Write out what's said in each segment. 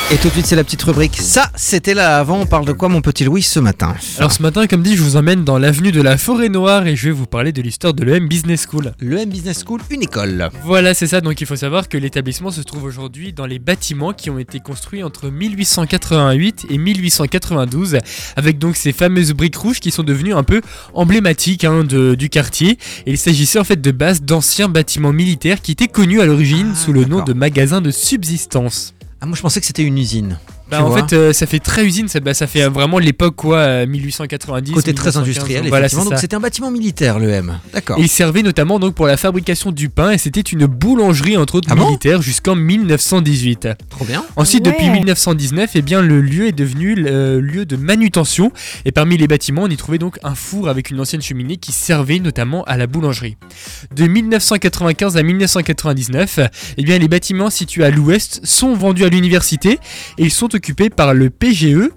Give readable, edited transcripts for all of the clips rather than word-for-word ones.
Et tout de suite, c'est la petite rubrique. Ça, c'était là avant. On parle de quoi, mon petit Louis, ce matin? Alors ce matin, comme dit, je vous emmène dans l'avenue de la Forêt-Noire et je vais vous parler de l'histoire de l'EM Business School. L'EM Business School, une école. Voilà, c'est ça. Donc il faut savoir que l'établissement se trouve aujourd'hui dans les bâtiments qui ont été construits entre 1888 et 1892, avec donc ces fameuses briques rouges qui sont devenues un peu emblématiques du quartier. Et il s'agissait en fait de bases d'anciens bâtiments militaires qui étaient connus à l'origine sous le nom de magasins de subsistance. Ah, moi je pensais que c'était une usine. En fait, ça fait très usine, ça fait vraiment l'époque 1890. Côté très industriel, voilà, effectivement. Donc c'était un bâtiment militaire, l'EM. D'accord. Et il servait notamment donc pour la fabrication du pain et c'était une boulangerie entre autres militaire jusqu'en 1918. Trop bien. Ensuite, depuis 1919, le lieu est devenu le lieu de manutention et parmi les bâtiments, on y trouvait donc un four avec une ancienne cheminée qui servait notamment à la boulangerie. De 1995 à 1999, les bâtiments situés à l'ouest sont vendus à l'université et ils sont occupé par le PEGE,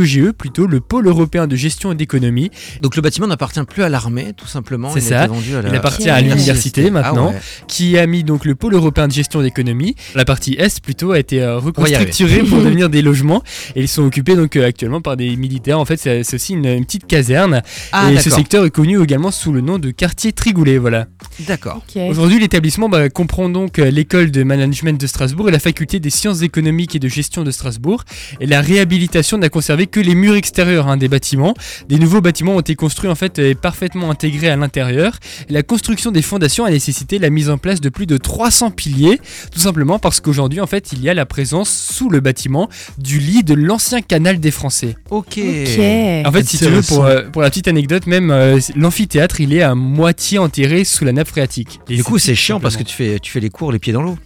le Pôle Européen de Gestion et d'Économie. Donc le bâtiment n'appartient plus à l'armée, tout simplement. C'est ça, il appartient à l'université maintenant, qui a mis donc le Pôle Européen de Gestion et d'Économie. La partie Est plutôt a été reconstructurée pour devenir des logements et ils sont occupés donc actuellement par des militaires. En fait, c'est aussi une petite caserne et ce secteur est connu également sous le nom de quartier Trigoulet. Voilà. D'accord. Okay. Aujourd'hui, l'établissement comprend donc l'école de management de Strasbourg et la faculté des sciences économiques et de gestion de Strasbourg. Et la réhabilitation n'a conservé que les murs extérieurs des bâtiments. Des nouveaux bâtiments ont été construits en fait et parfaitement intégrés à l'intérieur. Et la construction des fondations a nécessité la mise en place de plus de 300 piliers, tout simplement parce qu'aujourd'hui en fait il y a la présence sous le bâtiment du lit de l'ancien canal des Français. Ok. En fait, si tu veux, pour la petite anecdote, même l'amphithéâtre il est à moitié enterré sous la nappe phréatique. Et du coup c'est chiant parce que tu fais les cours les pieds dans l'eau.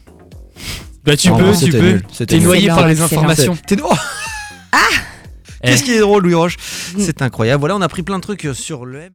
Tu peux. T'es noyé par les informations. T'es drôle. Qu'est-ce qui est drôle, Louis Roche? C'est incroyable. Voilà, on a pris plein de trucs sur le